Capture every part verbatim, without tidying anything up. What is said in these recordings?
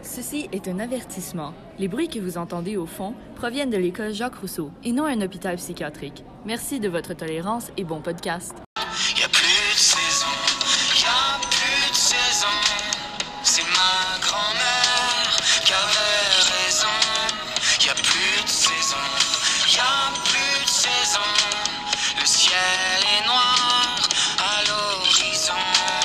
Ceci est un avertissement. Les bruits que vous entendez au fond proviennent de l'école Jacques Rousseau et non un hôpital psychiatrique. Merci de votre tolérance et bon podcast. Y'a plus de saison, y'a plus de saison. C'est ma grand-mère qui avait raison. Y'a plus de saison, y'a plus de saison. Le ciel est noir à l'horizon.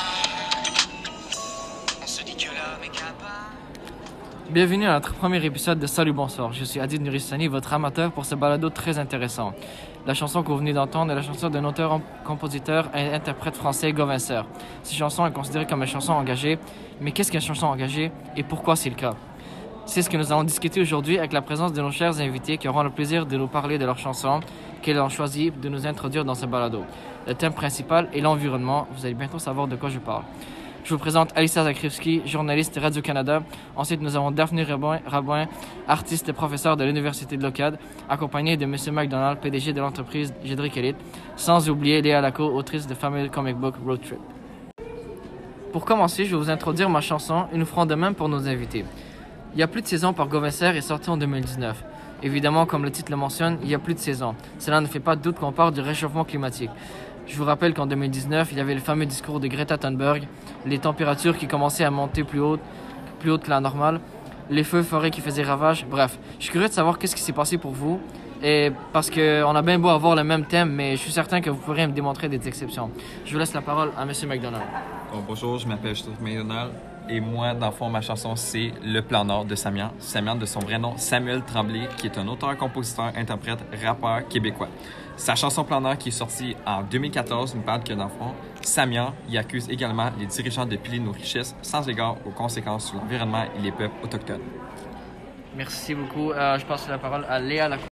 On se dit que l'homme est capable. Bienvenue à notre premier épisode de Salut Bonsoir. Je suis Adid Nuristani, votre amateur pour ce balado très intéressant. La chanson que vous venez d'entendre est la chanson d'un auteur, compositeur et interprète français, Govincer. Cette chanson est considérée comme une chanson engagée. Mais qu'est-ce qu'une chanson engagée et pourquoi c'est le cas? C'est ce que nous allons discuter aujourd'hui avec la présence de nos chers invités qui auront le plaisir de nous parler de leur chanson qu'ils ont choisi de nous introduire dans ce balado. Le thème principal est l'environnement. Vous allez bientôt savoir de quoi je parle. Je vous présente Alicia Zakrivski, journaliste Radio-Canada. Ensuite, nous avons Daphné Rabouin, Rabouin, artiste et professeur de l'Université de l'Ocade, accompagné de M. McDonald, P D G de l'entreprise Gédric Elite, sans oublier Léa Lacaux, autrice de fameux comic book Road Trip. Pour commencer, je vais vous introduire ma chanson et nous ferons de même pour nos invités. Il y a plus de saison par Govincer est sorti en deux mille dix-neuf. Évidemment, comme le titre le mentionne, il y a plus de saison. Cela ne fait pas de doute qu'on parle du réchauffement climatique. Je vous rappelle qu'en deux mille dix-neuf, il y avait le fameux discours de Greta Thunberg, les températures qui commençaient à monter plus haut, plus haut que la normale, les feux de forêt qui faisaient ravage. Bref, je suis curieux de savoir qu'est-ce qui s'est passé pour vous, et parce qu'on a bien beau avoir le même thème, mais je suis certain que vous pourrez me démontrer des exceptions. Je vous laisse la parole à M. McDonald. Bon, bonjour, je m'appelle Gédric McDonald et moi, dans le fond, ma chanson, c'est Le Plan Nord de Samian. Samian, de son vrai nom, Samuel Tremblay, qui est un auteur, compositeur, interprète, rappeur québécois. Sa chanson Plan Nord, qui est sortie en deux mille quatorze, nous parle que, dans le fond, Samian y accuse également les dirigeants de piller nos richesses sans égard aux conséquences sur l'environnement et les peuples autochtones. Merci beaucoup. Euh, je passe la parole à Léa Lacaux.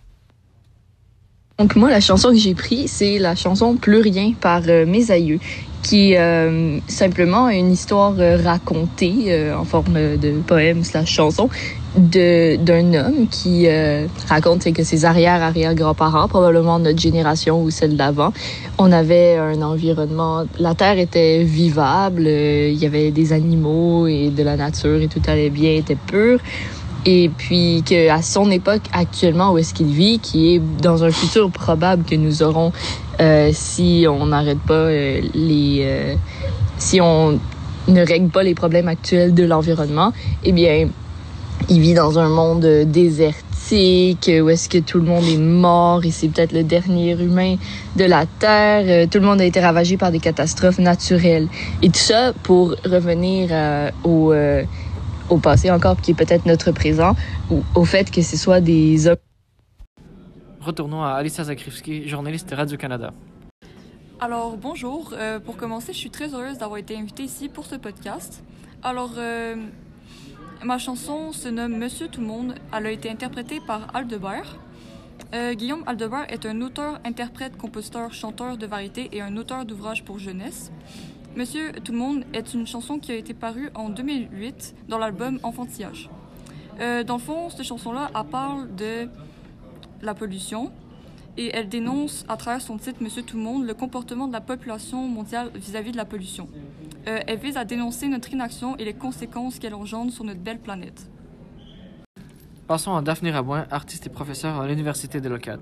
Donc moi, la chanson que j'ai prise, c'est la chanson Plus rien par euh, Mes Aïeux, qui est euh, simplement une histoire euh, racontée euh, en forme de poème slash chanson de d'un homme qui euh, raconte que ses arrière-arrière-grands-parents, probablement notre génération ou celle d'avant, on avait un environnement, la terre était vivable, euh, il y avait des animaux et de la nature et tout allait bien, était pur. Et puis qu'à son époque, actuellement, où est-ce qu'il vit, qui est dans un futur probable que nous aurons euh, si on n'arrête pas euh, les... Euh, si on ne règle pas les problèmes actuels de l'environnement, eh bien, il vit dans un monde désertique, où est-ce que tout le monde est mort et c'est peut-être le dernier humain de la Terre. Euh, tout le monde a été ravagé par des catastrophes naturelles. Et tout ça pour revenir euh, au... Euh, au passé encore, qui est peut-être notre présent, ou au fait que ce soit des hommes. Retournons à Alicia Zakrivski, journaliste Radio-Canada. Alors, bonjour. Euh, pour commencer, je suis très heureuse d'avoir été invitée ici pour ce podcast. Alors, euh, ma chanson se nomme Monsieur Tout le monde. Elle a été interprétée par Aldebert. Euh, Guillaume Aldebert est un auteur, interprète, compositeur, chanteur de variété et un auteur d'ouvrages pour jeunesse. Monsieur Tout le monde est une chanson qui a été parue en deux mille huit dans l'album Enfantillage. Euh, dans le fond, cette chanson-là, elle parle de la pollution et elle dénonce à travers son titre Monsieur Tout le monde le comportement de la population mondiale vis-à-vis de la pollution. Euh, elle vise à dénoncer notre inaction et les conséquences qu'elle engendre sur notre belle planète. Passons à Daphné Rabouin, artiste et professeur à l'Université de l'Ocade.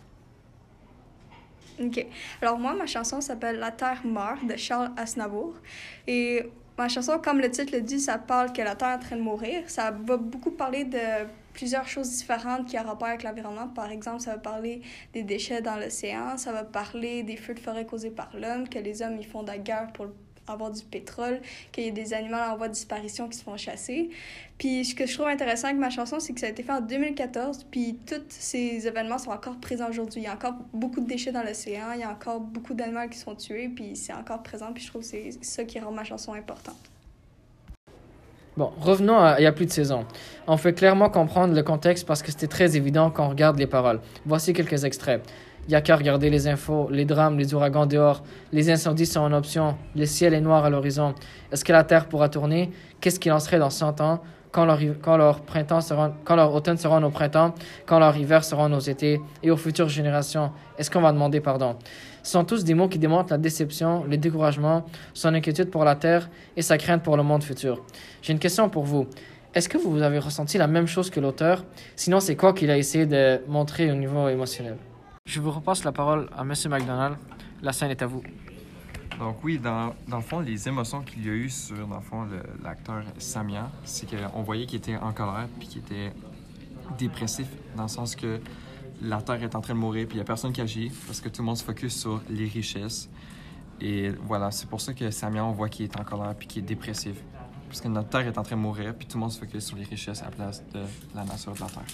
OK. Alors moi, ma chanson s'appelle La Terre meurt de Charles Aznavour. Et ma chanson, comme le titre le dit, ça parle que la Terre est en train de mourir. Ça va beaucoup parler de plusieurs choses différentes qui ont rapport avec l'environnement. Par exemple, ça va parler des déchets dans l'océan, ça va parler des feux de forêt causés par l'homme, que les hommes ils font de la guerre pour avoir du pétrole, qu'il y a des animaux en voie de disparition qui se font chasser. Puis ce que je trouve intéressant avec ma chanson, c'est que ça a été fait en deux mille quatorze, puis tous ces événements sont encore présents aujourd'hui. Il y a encore beaucoup de déchets dans l'océan, il y a encore beaucoup d'animaux qui sont tués, puis c'est encore présent, puis je trouve que c'est ça qui rend ma chanson importante. Bon, revenons à Il y a plus de saison. On fait clairement comprendre le contexte parce que c'était très évident quand on regarde les paroles. Voici quelques extraits. Il n'y a qu'à regarder les infos, les drames, les ouragans dehors, les incendies sont en option, le ciel est noir à l'horizon. Est-ce que la Terre pourra tourner? Qu'est-ce qu'il en serait dans cent ans, quand leur, quand leur printemps sera, quand leur automne sera nos printemps, quand leur hiver sera nos étés, et aux futures générations? Est-ce qu'on va demander pardon? Ce sont tous des mots qui démontrent la déception, le découragement, son inquiétude pour la Terre et sa crainte pour le monde futur. J'ai une question pour vous. Est-ce que vous avez ressenti la même chose que l'auteur? Sinon, c'est quoi qu'il a essayé de montrer au niveau émotionnel? Je vous repasse la parole à M. McDonald. La scène est à vous. Donc oui, dans, dans le fond, les émotions qu'il y a eu sur, dans le fond, le, l'acteur Samian, c'est qu'on voyait qu'il était en colère puis qu'il était dépressif, dans le sens que la Terre est en train de mourir puis il n'y a personne qui agit parce que tout le monde se focus sur les richesses. Et voilà, c'est pour ça que Samian, on voit qu'il est en colère puis qu'il est dépressif. Parce que notre Terre est en train de mourir puis tout le monde se focus sur les richesses à la place de la nature de la Terre.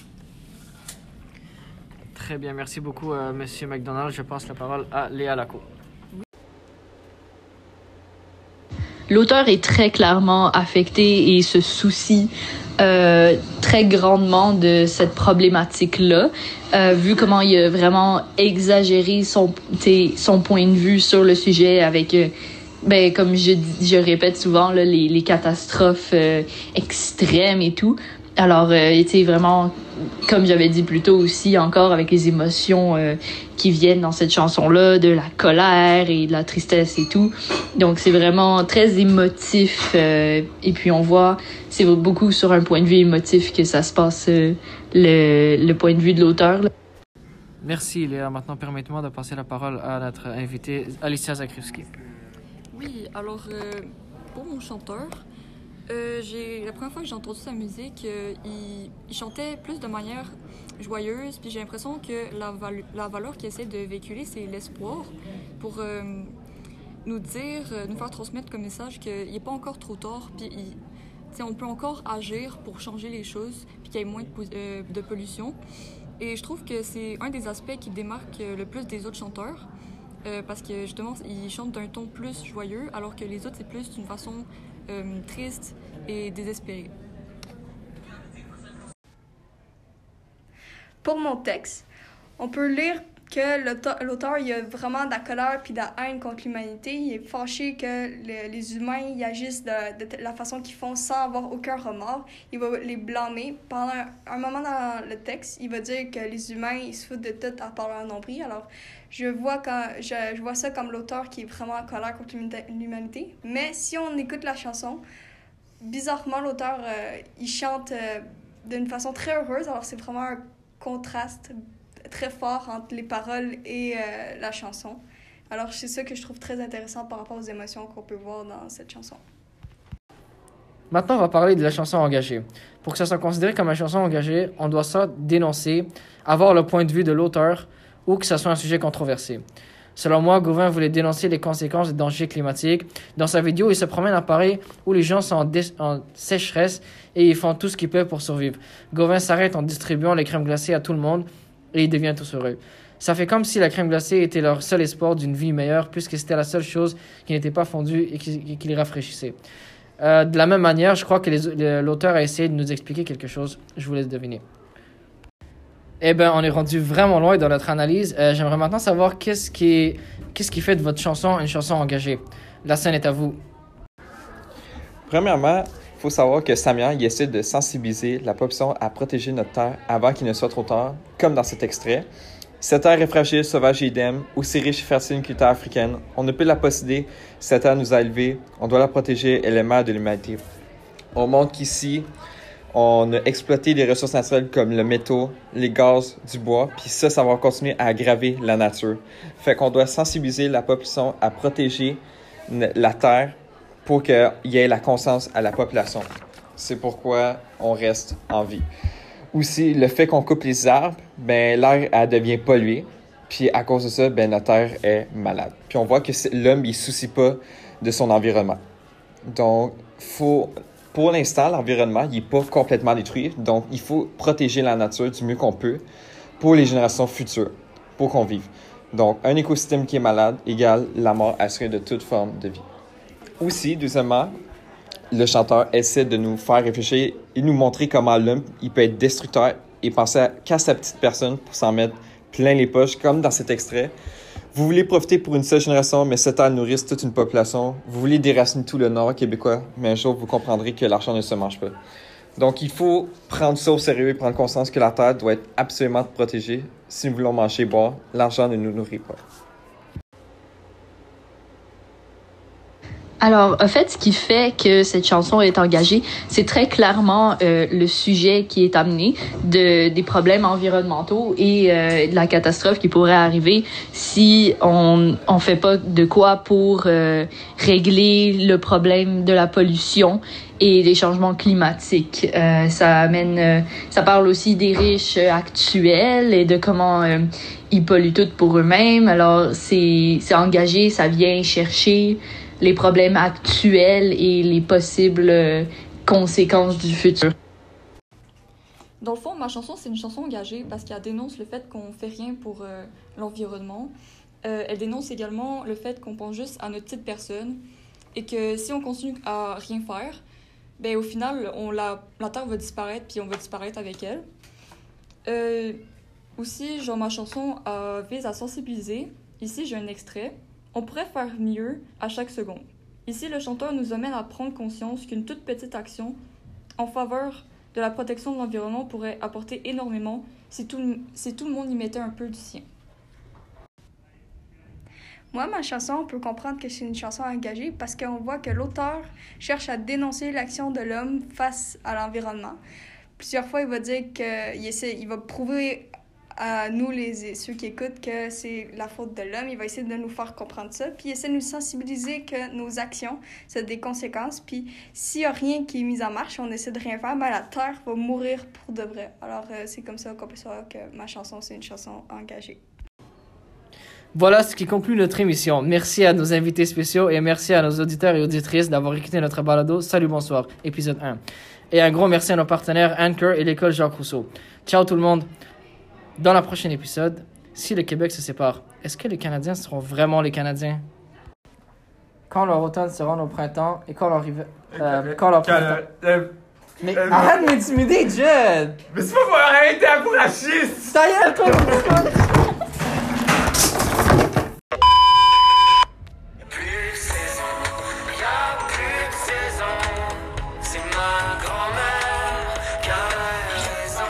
Très bien, merci beaucoup, euh, M. McDonald. Je passe la parole à Léa Lacaux. L'auteur est très clairement affecté et se soucie euh, très grandement de cette problématique-là, euh, vu comment il a vraiment exagéré son, son point de vue sur le sujet avec, euh, ben, comme je, je répète souvent, là, les, les catastrophes euh, extrêmes et tout. Alors, euh, il était vraiment, comme j'avais dit plus tôt aussi, encore avec les émotions euh, qui viennent dans cette chanson-là, de la colère et de la tristesse et tout. Donc, c'est vraiment très émotif. Euh, et puis, on voit, c'est beaucoup sur un point de vue émotif que ça se passe, euh, le, le point de vue de l'auteur, là. Merci, Léa. Maintenant, permettez-moi de passer la parole à notre invitée, Alicia Zakrivski. Oui, alors, euh, pour mon chanteur, Euh, j'ai, la première fois que j'ai entendu sa musique, euh, il, il chantait plus de manière joyeuse, puis j'ai l'impression que la, val- la valeur qu'il essaie de véhiculer, c'est l'espoir pour euh, nous dire, euh, nous faire transmettre comme message qu'il n'est pas encore trop tard, puis il, tu sais, on peut encore agir pour changer les choses, puis qu'il y ait moins de, po- euh, de pollution. Et je trouve que c'est un des aspects qui démarque le plus des autres chanteurs, euh, parce que justement, il chante d'un ton plus joyeux, alors que les autres, c'est plus d'une façon Euh, triste et désespéré. Pour mon texte, on peut lire que l'auteur, l'auteur il a vraiment de la colère puis de la haine contre l'humanité. Il est fâché que le, les humains ils agissent de, de la façon qu'ils font sans avoir aucun remords. Il va les blâmer. Pendant un, un moment dans le texte, il va dire que les humains ils se foutent de tout à part leur nombril. Alors, je vois, quand, je, je vois ça comme l'auteur qui est vraiment en colère contre l'humanité. Mais si on écoute la chanson, bizarrement, l'auteur, euh, il chante euh, d'une façon très heureuse. Alors, c'est vraiment un contraste très fort entre les paroles et euh, la chanson. Alors, c'est ça que je trouve très intéressant par rapport aux émotions qu'on peut voir dans cette chanson. Maintenant, on va parler de la chanson engagée. Pour que ça soit considéré comme une chanson engagée, on doit ça dénoncer, avoir le point de vue de l'auteur ou que ça soit un sujet controversé. Selon moi, Gauvin voulait dénoncer les conséquences des dangers climatiques. Dans sa vidéo, il se promène à Paris où les gens sont en, dé- en sécheresse et ils font tout ce qu'ils peuvent pour survivre. Gauvin s'arrête en distribuant les crèmes glacées à tout le monde et il devient tous heureux. Ça fait comme si la crème glacée était leur seul espoir d'une vie meilleure puisque c'était la seule chose qui n'était pas fondue et qui, qui les rafraîchissait. Euh, de la même manière, je crois que les, l'auteur a essayé de nous expliquer quelque chose. Je vous laisse deviner. Eh bien, on est rendu vraiment loin dans notre analyse. Euh, j'aimerais maintenant savoir qu'est-ce qui, est, qu'est-ce qui fait de votre chanson une chanson engagée. La scène est à vous. Premièrement, il faut savoir que Samian il essaie de sensibiliser la population à protéger notre terre avant qu'il ne soit trop tard, comme dans cet extrait. Cette terre est fragile, sauvage et idem, aussi riche et fertile qu'une terre africaine. On ne peut la posséder, cette terre nous a élevés, on doit la protéger, elle est mère de l'humanité. On montre qu'ici, on a exploité des ressources naturelles comme le métaux, les gaz, du bois, puis ça, ça va continuer à aggraver la nature. Fait qu'on doit sensibiliser la population à protéger la terre pour qu'il y ait la conscience à la population. C'est pourquoi on reste en vie. Aussi, le fait qu'on coupe les arbres, ben l'air elle devient pollué, puis à cause de ça, ben notre terre est malade. Puis on voit que l'homme, il ne se soucie pas de son environnement. Donc, faut... Pour l'instant, l'environnement n'est pas complètement détruit, donc il faut protéger la nature du mieux qu'on peut pour les générations futures, pour qu'on vive. Donc, un écosystème qui est malade égale la mort assurée de toute forme de vie. Aussi, deuxièmement, le chanteur essaie de nous faire réfléchir et nous montrer comment l'homme il peut être destructeur et penser qu'à sa petite personne pour s'en mettre plein les poches, comme dans cet extrait. Vous voulez profiter pour une seule génération, mais cette terre nourrisse toute une population. Vous voulez déraciner tout le Nord québécois, mais un jour, vous comprendrez que l'argent ne se mange pas. Donc, il faut prendre ça au sérieux et prendre conscience que la terre doit être absolument protégée. Si nous voulons manger et boire, l'argent ne nous nourrit pas. Alors, en fait, ce qui fait que cette chanson est engagée, c'est très clairement euh, le sujet qui est amené de des problèmes environnementaux et euh, de la catastrophe qui pourrait arriver si on on fait pas de quoi pour euh, régler le problème de la pollution et des changements climatiques. Euh, ça amène, euh, ça parle aussi des riches actuels et de comment euh, ils polluent tout pour eux-mêmes. Alors, c'est c'est engagé, ça vient chercher les problèmes actuels et les possibles euh, conséquences du futur. Dans le fond, ma chanson, c'est une chanson engagée parce qu'elle dénonce le fait qu'on fait rien pour euh, l'environnement. Euh, elle dénonce également le fait qu'on pense juste à notre petite personne et que si on continue à rien faire, ben au final, on, la, la Terre va disparaître puis on va disparaître avec elle. Euh, aussi, genre, ma chanson euh, vise à sensibiliser. Ici, j'ai un extrait. On pourrait faire mieux à chaque seconde. Ici, le chanteur nous amène à prendre conscience qu'une toute petite action en faveur de la protection de l'environnement pourrait apporter énormément si tout, si tout le monde y mettait un peu du sien. Moi, ma chanson, on peut comprendre que c'est une chanson engagée parce qu'on voit que l'auteur cherche à dénoncer l'action de l'homme face à l'environnement. Plusieurs fois, il va dire qu'il essaie, il va prouver à nous, les, ceux qui écoutent, que c'est la faute de l'homme. Il va essayer de nous faire comprendre ça. Puis il essaie de nous sensibiliser que nos actions, ça a des conséquences. Puis s'il n'y a rien qui est mis en marche, on essaie de rien faire, ben la Terre va mourir pour de vrai. Alors euh, c'est comme ça qu'on peut savoir que ma chanson, c'est une chanson engagée. Voilà ce qui conclut notre émission. Merci à nos invités spéciaux et merci à nos auditeurs et auditrices d'avoir écouté notre balado Salut, bonsoir, épisode un. Et un gros merci à nos partenaires Anchor et l'école Jacques Rousseau. Ciao tout le monde! Dans le prochain épisode, si le Québec se sépare, est-ce que les Canadiens seront vraiment les Canadiens? Quand leur automne se rend au printemps et quand leur hiver... Euh, quand leur printemps... Euh, Mais euh, arrête de m'intimider, Jed! Mais c'est pas pour arrêter à bourracher! Ça y est, toi,